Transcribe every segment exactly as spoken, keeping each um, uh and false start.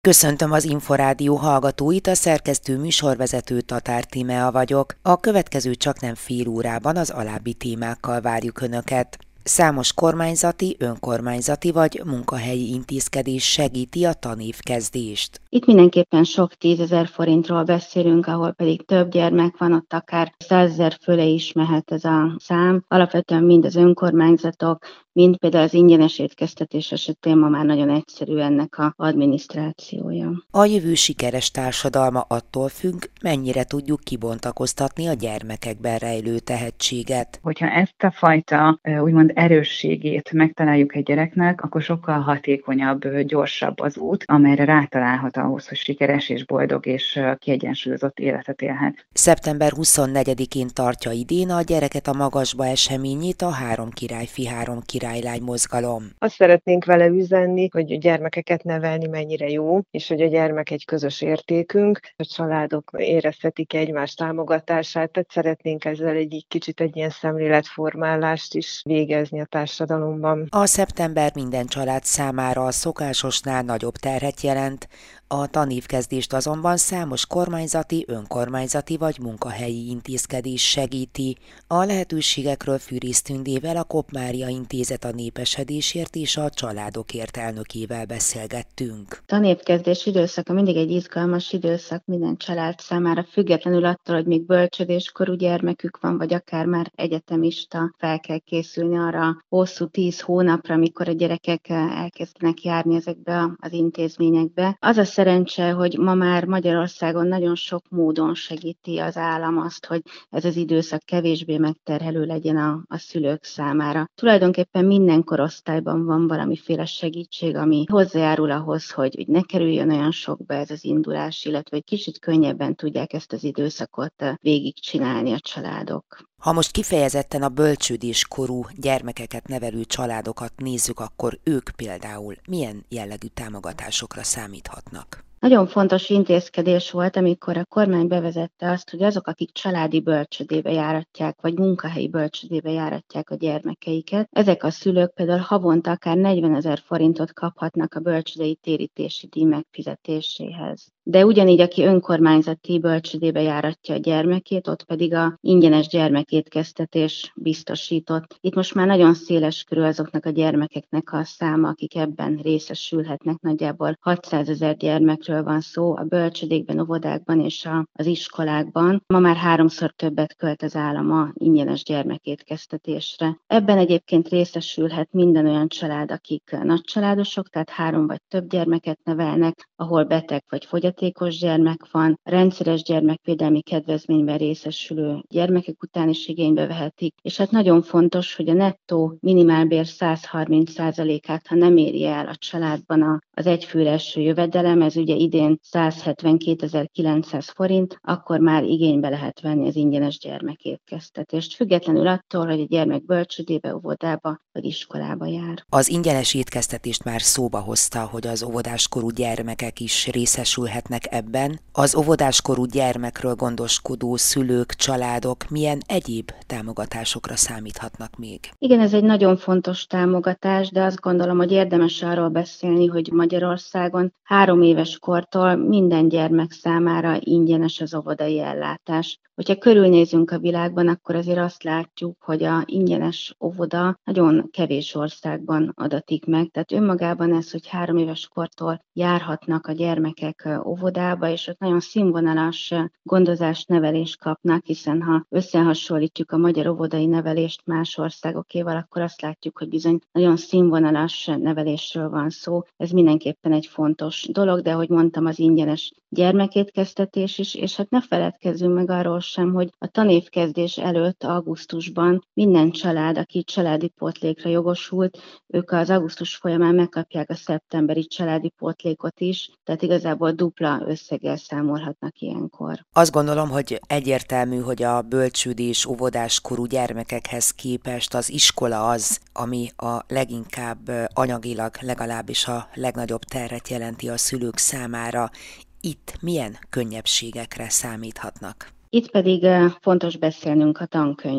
Köszöntöm az Inforádió hallgatóit, a szerkesztő műsorvezető Tatár Tímea vagyok. A következő csaknem fél órában az alábbi témákkal várjuk Önöket. Számos kormányzati, önkormányzati vagy munkahelyi intézkedés segíti a tanévkezdést. Itt mindenképpen sok tízezer forintról beszélünk, ahol pedig több gyermek van, ott akár százezer fölé is mehet ez a szám. Alapvetően mind az önkormányzatok, mind például az ingyenes étkeztetés esetén ma már nagyon egyszerű ennek az adminisztrációja. A jövő sikeres társadalma attól függ, mennyire tudjuk kibontakoztatni a gyermekekben rejlő tehetséget. Hogyha ezt a fajta úgymond erősségét megtaláljuk egy gyereknek, akkor sokkal hatékonyabb, gyorsabb az út, amelyre rátalálhat ahhoz, hogy sikeres és boldog és kiegyensúlyozott életet élhet. szeptember huszonnegyedikén tartja idén a Gyereket a Magasba eseményét a Három királyfi, Három királylány mozgalom. Azt szeretnénk vele üzenni, hogy a gyermekeket nevelni mennyire jó, és hogy a gyermek egy közös értékünk, a családok érezhetik egymás támogatását, tehát szeretnénk ezzel egy kicsit egy ilyen szemléletformálást is végezni a társadalomban. A szeptember minden család számára a szokásosnál nagyobb terhet jelent, a tanévkezdést azonban számos kormányzati, önkormányzati vagy munkahelyi intézkedés segíti. A lehetőségekről Fűrész Tündével, a Kopp Mária Intézet a népesedésért és a családokért elnökével beszélgettünk. Tanévkezdés időszaka mindig egy izgalmas időszak minden család számára, függetlenül attól, hogy még bölcsödéskorú gyermekük van, vagy akár már egyetemista, fel kell készülni arra a hosszú tíz hónapra, amikor a gyerekek elkezdenek járni ezekbe az intézményekbe. Az a szerencse, hogy ma már Magyarországon nagyon sok módon segíti az állam azt, hogy ez az időszak kevésbé megterhelő legyen a, a szülők számára. Tulajdonképpen minden korosztályban van valamiféle segítség, ami hozzájárul ahhoz, hogy, hogy ne kerüljön olyan sokba ez az indulás, illetve hogy kicsit könnyebben tudják ezt az időszakot végigcsinálni a családok. Ha most kifejezetten a bölcsődéskorú gyermekeket nevelő családokat nézzük, akkor ők például milyen jellegű támogatásokra számíthatnak? Nagyon fontos intézkedés volt, amikor a kormány bevezette azt, hogy azok, akik családi bölcsödébe járatják, vagy munkahelyi bölcsödébe járatják a gyermekeiket, ezek a szülők például havonta akár negyvenezer forintot kaphatnak a bölcsödei térítési díj megfizetéséhez. De ugyanígy, aki önkormányzati bölcsödébe járatja a gyermekét, ott pedig a ingyenes gyermekétkeztetés biztosított. Itt most már nagyon széles körül azoknak a gyermekeknek a száma, akik ebben részesülhetnek, nagyjából hatszázezer gyermekről van szó a bölcsödékben, óvodákban és a, az iskolákban. Ma már háromszor többet költ az állam a ingyenes gyermekétkeztetésre. Ebben egyébként részesülhet minden olyan család, akik nagycsaládosok, tehát három vagy több gyermeket nevelnek, ahol beteg vagy fogyatékos gyermek van, rendszeres gyermekvédelmi kedvezményben részesülő gyermekek után is igénybe vehetik, és hát nagyon fontos, hogy a nettó minimálbér száz harminc százalékát, ha nem éri el a családban az egyfőre eső jövedelem, ez ugye idén száz hetvenkétezer-kilencszáz forint, akkor már igénybe lehet venni az ingyenes gyermekétkeztetést, függetlenül attól, hogy a gyermek bölcsödébe, óvodába vagy iskolába jár. Az ingyenes étkeztetést már szóba hozta, hogy az óvodáskorú gyermekek is részesülhetnek ebben. Az óvodáskorú gyermekről gondoskodó szülők, családok milyen egyéb támogatásokra számíthatnak még? Igen, ez egy nagyon fontos támogatás, de azt gondolom, hogy érdemes arról beszélni, hogy Magyarországon három éves kortól minden gyermek számára ingyenes az óvodai ellátás. Hogyha körülnézünk a világban, akkor azért azt látjuk, hogy a ingyenes óvoda nagyon kevés országban adatik meg. Tehát önmagában ez, hogy három éves kortól járhatnak a gyermekek óvodába, és ott nagyon színvonalas gondozást, nevelést kapnak, hiszen ha összehasonlítjuk a magyar óvodai nevelést más országokéval, akkor azt látjuk, hogy bizony nagyon színvonalas nevelésről van szó. Ez mindenképpen egy fontos dolog, de ahogy mondtam, az ingyenes gyermekétkeztetés is, és hát ne feledkezzünk meg arról sem, hogy a tanévkezdés előtt augusztusban minden család, aki családi pótlékra jogosult, ők az augusztus folyamán megkapják a szeptemberi családi pótlékot is, tehát igazából dupla összeggel számolhatnak ilyenkor. Azt gondolom, hogy egyértelmű, hogy a bölcsődés óvodáskorú gyermekekhez képest az iskola az, ami a leginkább anyagilag legalábbis a legnagyobb terhet jelenti a szülők számára. Itt milyen könnyebbségekre számíthatnak? Itt pedig fontos beszélnünk a tankönyv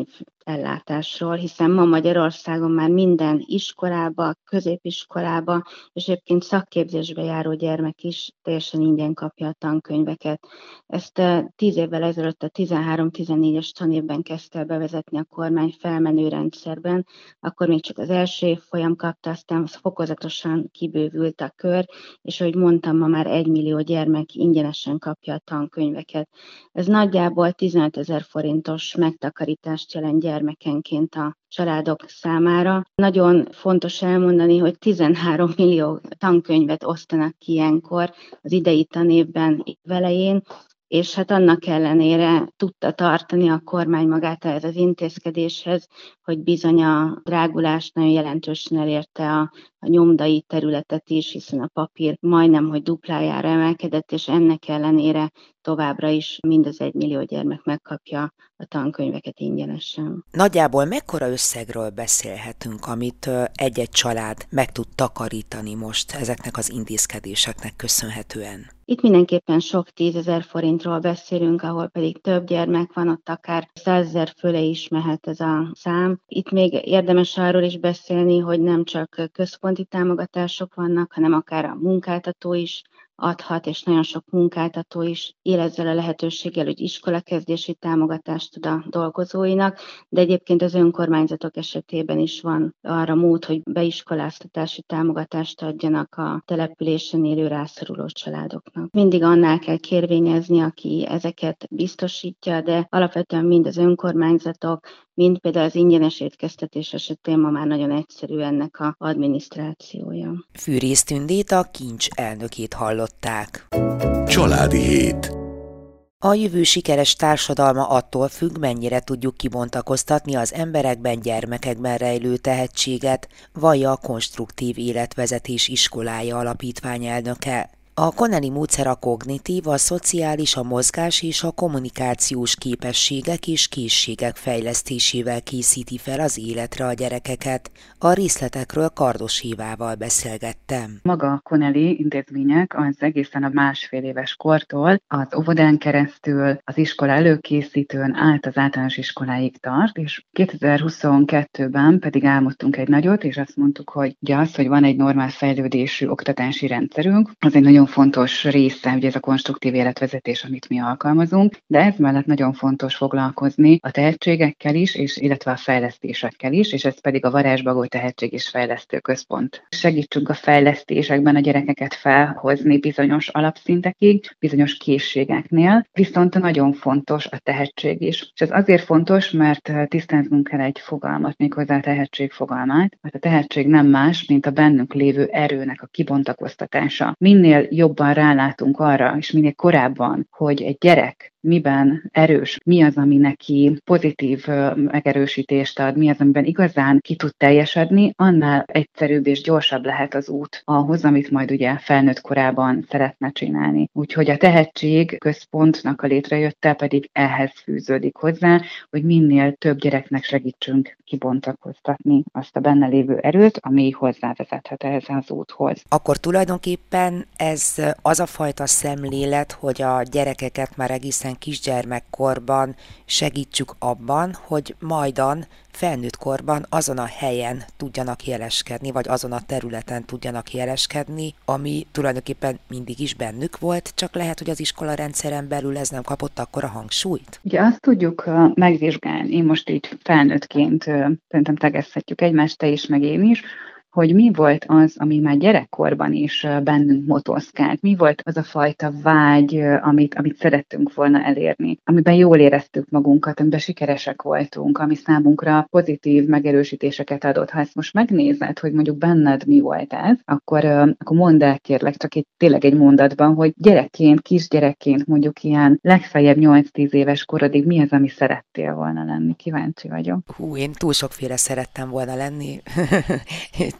ellátásról, hiszen ma Magyarországon már minden iskolába, középiskolába, és egyébként szakképzésbe járó gyermek is teljesen ingyen kapja a tankönyveket. Ezt tíz évvel ezelőtt a tizenhárom-tizennégyes tanévben kezdte el bevezetni a kormány felmenő rendszerben, akkor még csak az első évfolyam kapta, aztán fokozatosan kibővült a kör, és ahogy mondtam, ma már egymillió gyermek ingyenesen kapja a tankönyveket. Ez nagyjából tizenötezer forintos megtakarítást jelent gyermekenként a családok számára. Nagyon fontos elmondani, hogy tizenhárom millió tankönyvet osztanak ki ilyenkor az idei tanévben elején, és hát annak ellenére tudta tartani a kormány magát ehhez az intézkedéshez, hogy bizony a drágulás nagyon jelentősen elérte a, a nyomdai területet is, hiszen a papír majdnem, hogy duplájára emelkedett, és ennek ellenére továbbra is mindez egy millió gyermek megkapja a tankönyveket ingyenesen. Nagyjából mekkora összegről beszélhetünk, amit egy-egy család meg tud takarítani most ezeknek az intézkedéseknek köszönhetően? Itt mindenképpen sok tízezer forintról beszélünk, ahol pedig több gyermek van, ott akár százezer fölé is mehet ez a szám. Itt még érdemes arról is beszélni, hogy nem csak központi támogatások vannak, hanem akár a munkáltató is adhat, és nagyon sok munkáltató is él ezzel a lehetőséggel, hogy iskolakezdési támogatást ad a dolgozóinak, de egyébként az önkormányzatok esetében is van arra mód, hogy beiskoláztatási támogatást adjanak a településen élő rászoruló családoknak. Mindig annál kell kérvényezni, aki ezeket biztosítja, de alapvetően mind az önkormányzatok, mint például az ingyenes étkeztetés esetén ma már nagyon egyszerű ennek az adminisztrációja. Fűrész Tündét, a Kincs elnökét hallották. Családi hét. A jövő sikeres társadalma attól függ, mennyire tudjuk kibontakoztatni az emberekben, gyermekekben rejlő tehetséget, vallja a Konstruktív Életvezetés Iskolája alapítvány elnöke. A Connelly módszer a kognitív, a szociális, a mozgás és a kommunikációs képességek és készségek fejlesztésével készíti fel az életre a gyerekeket. A részletekről Kardos Évával beszélgettem. Maga a Connelly intézmények az egészen a másfél éves kortól, az óvodán keresztül, az iskola előkészítőn át az általános iskoláig tart, és kétezer-huszonkettőben pedig álmodtunk egy nagyot, és azt mondtuk, hogy ugye az, hogy van egy normál fejlődésű oktatási rendszerünk, az egy nagyon fontos része, ugye ez a konstruktív életvezetés, amit mi alkalmazunk, de ez mellett nagyon fontos foglalkozni a tehetségekkel is, és illetve a fejlesztésekkel is, és ez pedig a Varázsbagó Tehetség és Fejlesztő Központ. Segítsünk a fejlesztésekben a gyerekeket felhozni bizonyos alapszintekig, bizonyos készségeknél, viszont nagyon fontos a tehetség is. És ez azért fontos, mert tisztáznunk kell egy fogalmat, méghozzá a tehetség fogalmát, mert a tehetség nem más, mint a bennünk lévő erőnek a kibontakoztatása. Minél jobban rálátunk arra, és minél korábban, hogy egy gyerek miben erős, mi az, ami neki pozitív megerősítést ad, mi az, amiben igazán ki tud teljesedni, annál egyszerűbb és gyorsabb lehet az út ahhoz, amit majd ugye felnőtt korában szeretne csinálni. Úgyhogy a tehetség központnak a létrejötte pedig ehhez fűződik hozzá, hogy minél több gyereknek segítsünk kibontakoztatni azt a benne lévő erőt, ami hozzávezethet ehhez az úthoz. Akkor tulajdonképpen ez az a fajta szemlélet, hogy a gyerekeket már egészen kisgyermekkorban segítsük abban, hogy majdan felnőtt korban azon a helyen tudjanak jeleskedni, vagy azon a területen tudjanak jeleskedni, ami tulajdonképpen mindig is bennük volt, csak lehet, hogy az iskola rendszeren belül ez nem kapott akkora hangsúlyt. Ugye azt tudjuk megvizsgálni, én most így felnőttként szerintem tegezhetjük egymást, te is, meg én is, hogy mi volt az, ami már gyerekkorban is bennünk motoszkált, mi volt az a fajta vágy, amit, amit szerettünk volna elérni, amiben jól éreztük magunkat, amiben sikeresek voltunk, ami számunkra pozitív megerősítéseket adott. Ha ezt most megnézed, hogy mondjuk benned mi volt ez, akkor, akkor mondd el kérlek, csak itt tényleg egy mondatban, hogy gyerekként, kisgyerekként mondjuk ilyen legfeljebb nyolc-tíz éves korodig mi az, ami szerettél volna lenni? Kíváncsi vagyok. Hú, én túl sokféle szerettem volna lenni.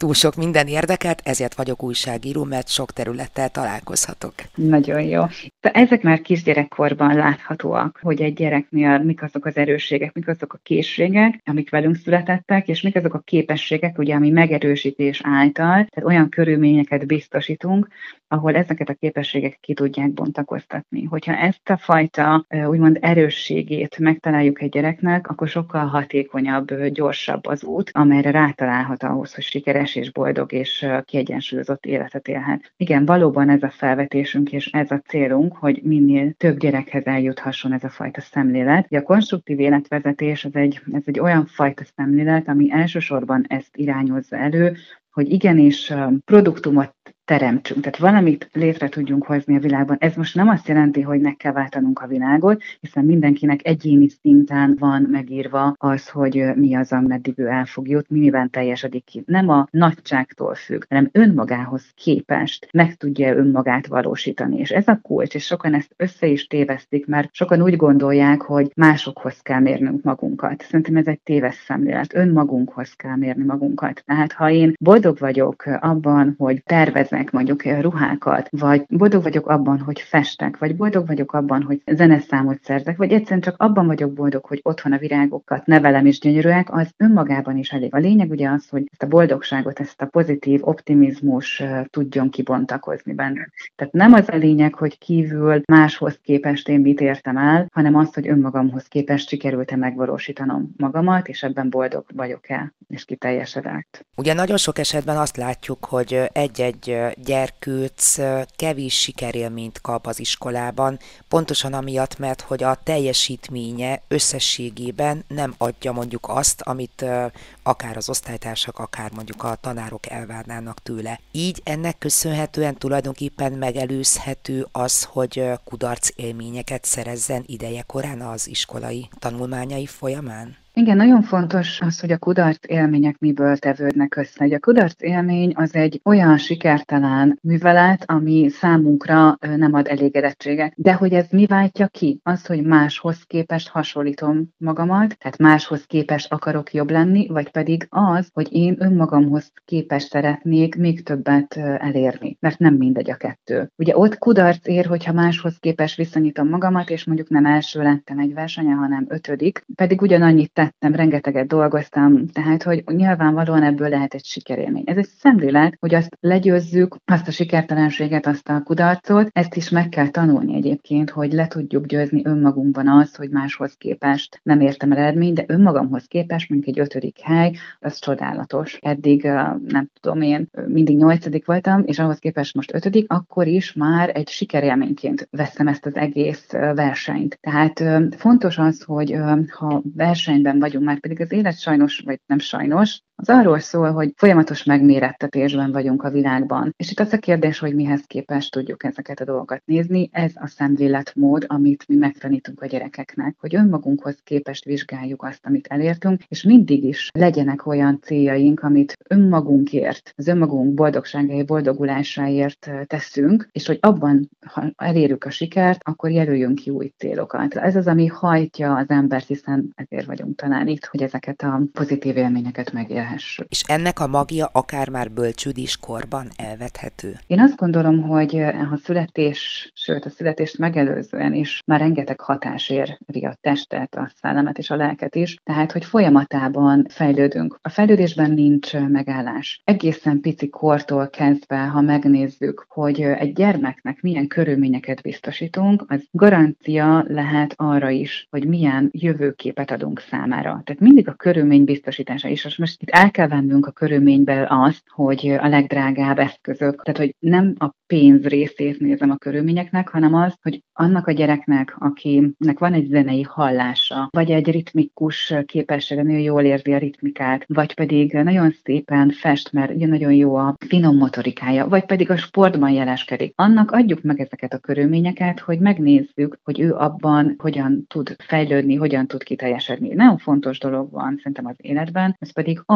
túl sok minden érdekelt, ezért vagyok újságíró, mert sok területtel találkozhatok. Nagyon jó. De ezek már kisgyerekkorban láthatóak, hogy egy gyereknél mik azok az erősségek, mik azok a készségek, amik velünk születettek, és mik azok a képességek, ugye, ami megerősítés által, tehát olyan körülményeket biztosítunk, ahol ezeket a képességek ki tudják bontakoztatni. Hogyha ezt a fajta úgymond erősségét megtaláljuk egy gyereknek, akkor sokkal hatékonyabb, gyorsabb az út, amelyre rátalálhat ahhoz, hogy sikeres és boldog és kiegyensúlyozott életet élhet. Igen, valóban ez a felvetésünk és ez a célunk, hogy minél több gyerekhez eljuthasson ez a fajta szemlélet. A konstruktív életvezetés ez egy, ez egy olyan fajta szemlélet, ami elsősorban ezt irányozza elő, hogy igenis produktumot teremtsünk, tehát valamit létre tudjunk hozni a világban. Ez most nem azt jelenti, hogy meg kell váltanunk a világot, hiszen mindenkinek egyéni szinten van megírva az, hogy mi az, ameddig ő el fog jutni, miben teljesedik ki. Nem a nagyságtól függ, hanem önmagához képest meg tudja önmagát valósítani. És ez a kulcs, és sokan ezt össze is tévesztik, mert sokan úgy gondolják, hogy másokhoz kell mérnünk magunkat. Szerintem ez egy téves szemlélet. Önmagunkhoz kell mérni magunkat. Tehát ha én boldog vagyok abban, hogy tervezek mondjuk ruhákat, vagy boldog vagyok abban, hogy festek, vagy boldog vagyok abban, hogy zeneszámot szerzek, vagy egyszerűen csak abban vagyok boldog, hogy otthon a virágokat nevelem és gyönyörűek, az önmagában is elég. A lényeg ugye az, hogy ezt a boldogságot, ezt a pozitív optimizmus tudjon kibontakozni benne. Tehát nem az a lényeg, hogy kívül máshoz képest én mit értem el, hanem az, hogy önmagamhoz képest sikerült-e megvalósítanom magamat, és ebben boldog vagyok-e, és kiteljesedett. Ugye nagyon sok esetben azt látjuk, hogy egy-egy gyerkőc kevés sikerélményt kap az iskolában, pontosan amiatt, mert hogy a teljesítménye összességében nem adja mondjuk azt, amit akár az osztálytársak, akár mondjuk a tanárok elvárnának tőle. Így ennek köszönhetően tulajdonképpen megelőzhető az, hogy kudarc élményeket szerezzen idejekorán az iskolai tanulmányai folyamán? Igen, nagyon fontos az, hogy a kudarc élmények miből tevődnek össze. Ugye a kudarc élmény az egy olyan sikertelen művelet, ami számunkra nem ad elégedettséget. De hogy ez mi váltja ki? Az, hogy máshoz képest hasonlítom magamat, tehát máshoz képest akarok jobb lenni, vagy pedig az, hogy én önmagamhoz képest szeretnék még többet elérni, mert nem mindegy a kettő. Ugye ott kudarc ér, hogyha máshoz képest viszonyítom magamat, és mondjuk nem első lettem egy versenyen, hanem ötödik, pedig ugyanannyit tettem, rengeteget dolgoztam, tehát hogy nyilvánvalóan ebből lehet egy sikerélmény. Ez egy szemlélet, hogy azt legyőzzük, azt a sikertelenséget, azt a kudarcot, ezt is meg kell tanulni egyébként, hogy le tudjuk győzni önmagunkban azt, hogy máshoz képest nem értem el eredményt, de önmagamhoz képest mondjuk egy ötödik hely, az csodálatos. Eddig nem tudom én, mindig nyolcadik voltam, és ahhoz képest most ötödik, akkor is már egy sikerélményként veszem ezt az egész versenyt. Tehát fontos az, hogy ha versenyben vagyunk, már pedig az élet sajnos, vagy nem sajnos, az arról szól, hogy folyamatos megmérettetésben vagyunk a világban. És itt az a kérdés, hogy mihez képest tudjuk ezeket a dolgokat nézni. Ez a szemléletmód, amit mi megtanítunk a gyerekeknek, hogy önmagunkhoz képest vizsgáljuk azt, amit elértünk, és mindig is legyenek olyan céljaink, amit önmagunkért, az önmagunk boldogságáért, boldogulásáért teszünk, és hogy abban, ha elérjük a sikert, akkor jelöljünk ki új célokat. Ez az, ami hajtja az embert, hiszen ezért vagyunk talán itt, hogy ezeket a pozitív élményeket megélhessük. És ennek a magja akár már bölcsődiskorban elvethető? Én azt gondolom, hogy a születés, sőt a születést megelőzően is már rengeteg hatás éri a testet, a szellemet és a lelket is, tehát hogy folyamatában fejlődünk. A fejlődésben nincs megállás. Egészen pici kortól kezdve, ha megnézzük, hogy egy gyermeknek milyen körülményeket biztosítunk, az garancia lehet arra is, hogy milyen jövőképet adunk számára. Tehát mindig a körülmény biztosítása is. Most itt el kell vennünk a körülményből azt, hogy a legdrágább eszközök, tehát hogy nem a pénz részét nézem a körülményeknek, hanem az, hogy annak a gyereknek, akinek van egy zenei hallása, vagy egy ritmikus képessége, nagyon jól érzi a ritmikát, vagy pedig nagyon szépen fest, mert nagyon jó a finom motorikája, vagy pedig a sportban jeleskedik. Annak adjuk meg ezeket a körülményeket, hogy megnézzük, hogy ő abban hogyan tud fejlődni, hogyan tud kiteljesedni. Nagyon fontos dolog van szerintem az életben, ez pedig az,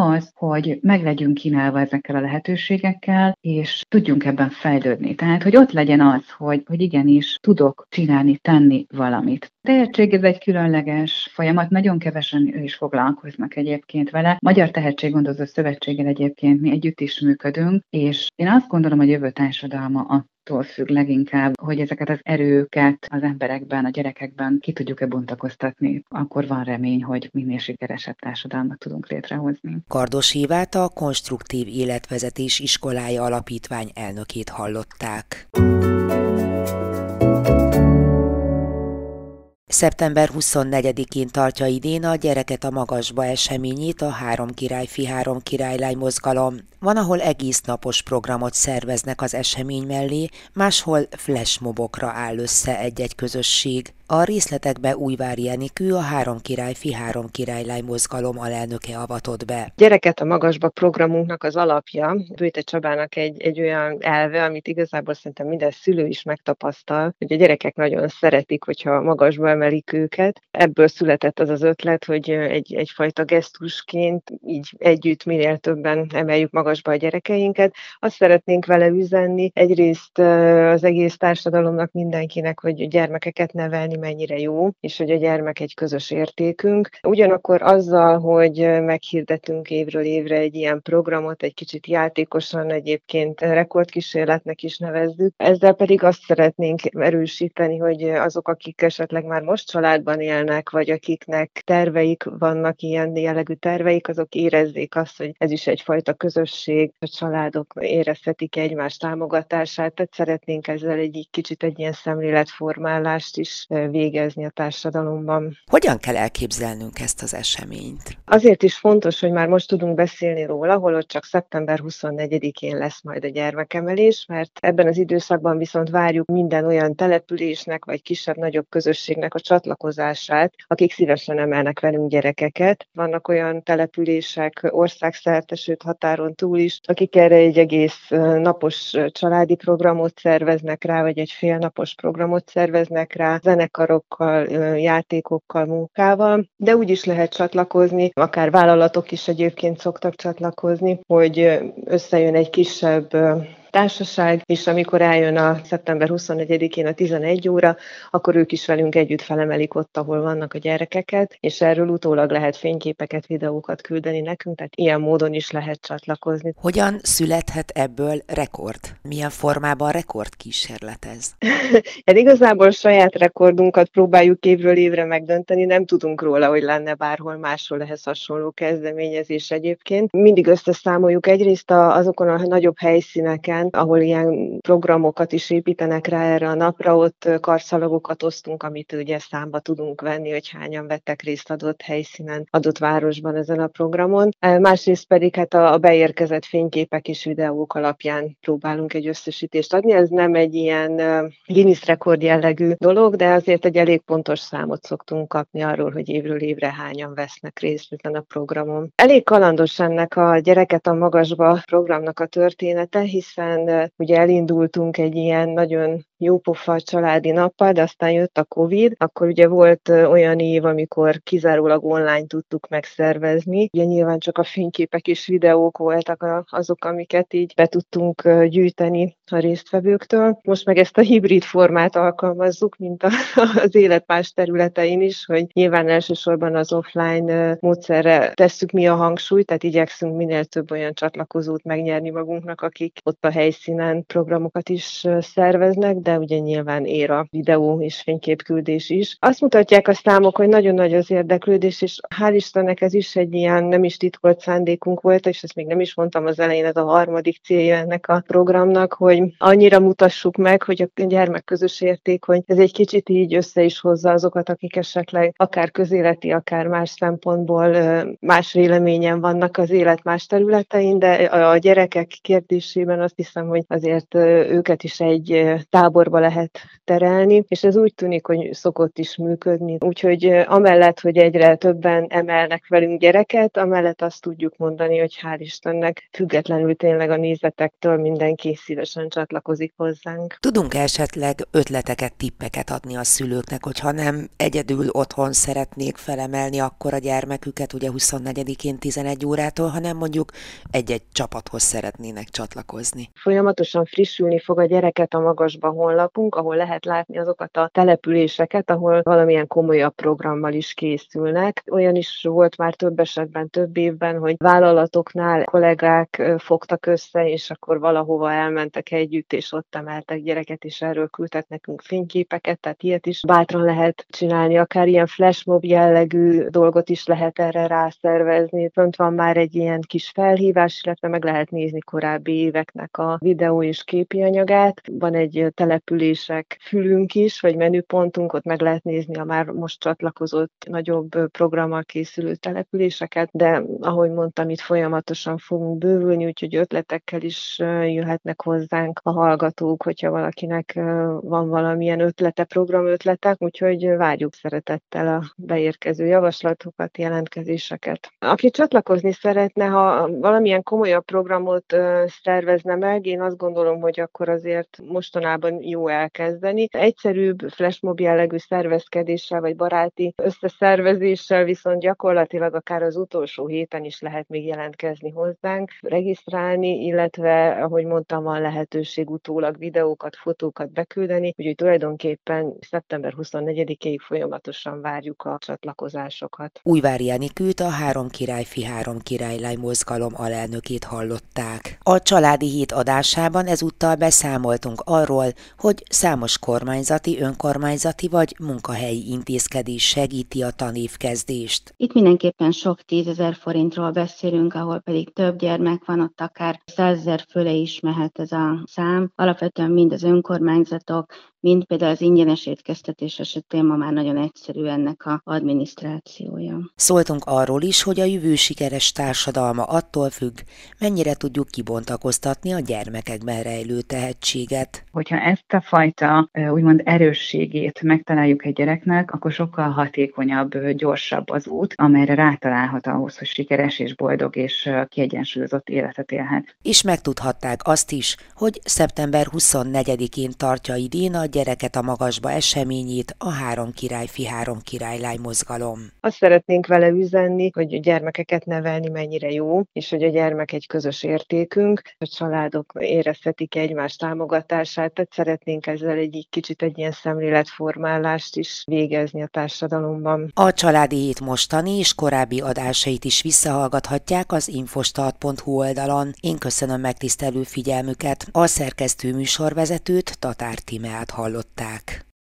az, hogy meg legyünk kínálva ezekkel a lehetőségekkel, és tudjunk ebben fejlődni. Tehát, hogy ott legyen az, hogy, hogy igenis tudok csinálni, tenni valamit. A tehetség ez egy különleges folyamat, nagyon kevesen is foglalkoznak egyébként vele. Magyar Tehetséggondozó Szövetséggel egyébként mi együtt is működünk, és én azt gondolom, hogy jövő társadalma attól függ leginkább, hogy ezeket az erőket az emberekben, a gyerekekben ki tudjuk-e bontakoztatni. Akkor van remény, hogy minél sikeresebb társadalmat tudunk létrehozni. Kardos Évát, a Konstruktív Életvezetés Iskolája Alapítvány elnökét hallották. szeptember huszonnegyedikén tartja idén a Gyereket a Magasba eseményét a Három királyfi, Három királylány mozgalom. Van, ahol egész napos programot szerveznek az esemény mellé, máshol flashmobokra áll össze egy-egy közösség. A részletekbe Újvári Enikő, a Három királyfi, Három királylány mozgalom alelnöke avatott be. Gyereket a Magasba programunknak az alapja Bőte Csabának egy, egy olyan elve, amit igazából szerintem minden szülő is megtapasztal, hogy a gyerekek nagyon szeretik, hogyha magasba emelik őket. Ebből született az az ötlet, hogy egy, egyfajta gesztusként így együtt minél többen emeljük magasba a gyerekeinket. Azt szeretnénk vele üzenni, egyrészt az egész társadalomnak, mindenkinek, hogy gyermekeket nevelni mennyire jó, és hogy a gyermek egy közös értékünk. Ugyanakkor azzal, hogy meghirdetünk évről évre egy ilyen programot, egy kicsit játékosan, egyébként rekordkísérletnek is nevezzük, ezzel pedig azt szeretnénk erősíteni, hogy azok, akik esetleg már most családban élnek, vagy akiknek terveik vannak, ilyen jellegű terveik, azok érezzék azt, hogy ez is egyfajta közösség, a családok érezhetik egymás támogatását, tehát szeretnénk ezzel egy kicsit egy ilyen szemléletformálást is végezni a társadalomban. Hogyan kell elképzelnünk ezt az eseményt? Azért is fontos, hogy már most tudunk beszélni róla, holott csak szeptember huszonnegyedikén lesz majd a gyermekemelés, mert ebben az időszakban viszont várjuk minden olyan településnek, vagy kisebb-nagyobb közösségnek a csatlakozását, akik szívesen emelnek velünk gyerekeket. Vannak olyan települések országszerte, sőt határon túl is, akik erre egy egész napos családi programot szerveznek rá, vagy egy félnapos programot szerveznek rá, zenekarokkal, játékokkal, munkával, de úgy is lehet csatlakozni, akár vállalatok is egyébként szoktak csatlakozni, hogy összejön egy kisebb társaság, és amikor eljön a szeptember huszonnegyedikén a tizenegy óra, akkor ők is velünk együtt felemelik ott, ahol vannak a gyerekeket, és erről utólag lehet fényképeket, videókat küldeni nekünk, tehát ilyen módon is lehet csatlakozni. Hogyan születhet ebből rekord? Milyen formában rekordkísérletez? Hát igazából saját rekordunkat próbáljuk évről évre megdönteni, nem tudunk róla, hogy lenne bárhol máshol ehhez hasonló kezdeményezés egyébként. Mindig összeszámoljuk egyrészt azokon a nagyobb helyszíneken, ahol ilyen programokat is építenek rá erre a napra, ott karszalagokat osztunk, amit ugye számba tudunk venni, hogy hányan vettek részt adott helyszínen, adott városban ezen a programon. Másrészt pedig hát a beérkezett fényképek és videók alapján próbálunk egy összesítést adni. Ez nem egy ilyen Guinness rekord jellegű dolog, de azért egy elég pontos számot szoktunk kapni arról, hogy évről évre hányan vesznek részt ezen a programon. Elég kalandos ennek a Gyereket a Magasba programnak a története, hiszen ugye elindultunk egy ilyen nagyon jópofa családi nappal, de aztán jött a Covid, akkor ugye volt olyan év, amikor kizárólag online tudtuk megszervezni. Ugye nyilván csak a fényképek és videók voltak azok, amiket így be tudtunk gyűjteni a résztvevőktől. Most meg ezt a hibrid formát alkalmazzuk, mint az élet más területein is, hogy nyilván elsősorban az offline módszerre tesszük mi a hangsúlyt, tehát igyekszünk minél több olyan csatlakozót megnyerni magunknak, akik ott a helyszínen programokat is szerveznek, de ugye nyilván ér a videó és fényképküldés is. Azt mutatják a számok, hogy nagyon nagy az érdeklődés, és hál' Istennek ez is egy ilyen nem is titkolt szándékunk volt, és ezt még nem is mondtam az elején, ez a harmadik célja ennek a programnak, hogy annyira mutassuk meg, hogy a gyermek közös érték, hogy ez egy kicsit így össze is hozza azokat, akik esetleg akár közéleti, akár más szempontból más véleményen vannak az élet más területein, de a gyerekek kérdésében azt hiszem, hogy azért őket is egy tábor táborba lehet terelni, és ez úgy tűnik, hogy szokott is működni. Úgyhogy amellett, hogy egyre többen emelnek velünk gyereket, amellett azt tudjuk mondani, hogy hál' Istennek függetlenül tényleg a nézetektől mindenki szívesen csatlakozik hozzánk. Tudunk esetleg ötleteket, tippeket adni a szülőknek, hogyha nem egyedül otthon szeretnék felemelni akkor a gyermeküket, ugye huszonnegyedikén tizenegy órától, hanem mondjuk egy-egy csapathoz szeretnének csatlakozni? Folyamatosan frissülni fog a Gyereket a Magasba honlapunk, ahol lehet látni azokat a településeket, ahol valamilyen komolyabb programmal is készülnek. Olyan is volt már több esetben, több évben, hogy vállalatoknál kollégák fogtak össze, és akkor valahova elmentek együtt, és ott emeltek gyereket, és erről küldtek nekünk fényképeket, tehát ilyet is bátran lehet csinálni, akár ilyen flashmob jellegű dolgot is lehet erre rászervezni. Fönt van már egy ilyen kis felhívás, illetve meg lehet nézni korábbi éveknek a videó és képi anyagát. Van egy települések fülünk is, vagy menüpontunk, ott meg lehet nézni a már most csatlakozott nagyobb programmal készülő településeket, de ahogy mondtam, itt folyamatosan fogunk bővülni, úgyhogy ötletekkel is jöhetnek hozzánk a hallgatók, hogyha valakinek van valamilyen ötlete, programötlete, úgyhogy várjuk szeretettel a beérkező javaslatokat, jelentkezéseket. Aki csatlakozni szeretne, ha valamilyen komolyabb programot szervezne meg, én azt gondolom, hogy akkor azért mostanában jó elkezdeni. Egyszerűbb flashmob jellegű szervezkedéssel vagy baráti összeszervezéssel viszont gyakorlatilag akár az utolsó héten is lehet még jelentkezni hozzánk, regisztrálni, illetve, ahogy mondtam, van lehetőség utólag videókat, fotókat beküldeni, úgyhogy tulajdonképpen szeptember huszonnegyedikéig folyamatosan várjuk a csatlakozásokat. Újvári Enikőt, a Három királyfi, három királylány mozgalom alelnökét hallották. A Családi Hét adásában ezúttal beszámoltunk arról, hogy számos kormányzati, önkormányzati vagy munkahelyi intézkedés segíti a tanévkezdést. Itt mindenképpen sok tízezer forintról beszélünk, ahol pedig több gyermek van, ott akár százezer fölé is mehet ez a szám. Alapvetően mind az önkormányzatok, mind például az ingyenes étkeztetés esetén ma már nagyon egyszerű ennek az adminisztrációja. Szóltunk arról is, hogy a jövő sikeres társadalma attól függ, mennyire tudjuk kibontakoztatni a gyermekekben rejlő tehetséget. Hogyha ezt a fajta úgymond erősségét megtaláljuk egy gyereknek, akkor sokkal hatékonyabb, gyorsabb az út, amelyre rátalálhat ahhoz, hogy sikeres és boldog és kiegyensúlyozott életet élhet. És megtudhatták azt is, hogy szeptember huszonnegyedikén tartja idén a Gyereket a Magasba eseményét a Három királyfi, három királylány mozgalom. Azt szeretnénk vele üzenni, hogy a gyermekeket nevelni mennyire jó, és hogy a gyermek egy közös értékünk, a családok érezhetik egymás támogatását, tehát szeretnénk ezzel egy kicsit egy ilyen szemléletformálást is végezni a társadalomban. A Családi Hét mostani és korábbi adásait is visszahallgathatják az infostart pont hu oldalon. Én köszönöm megtisztelő figyelmüket. A szerkesztő műsorvezetőt, Tatár Tímeát hallották.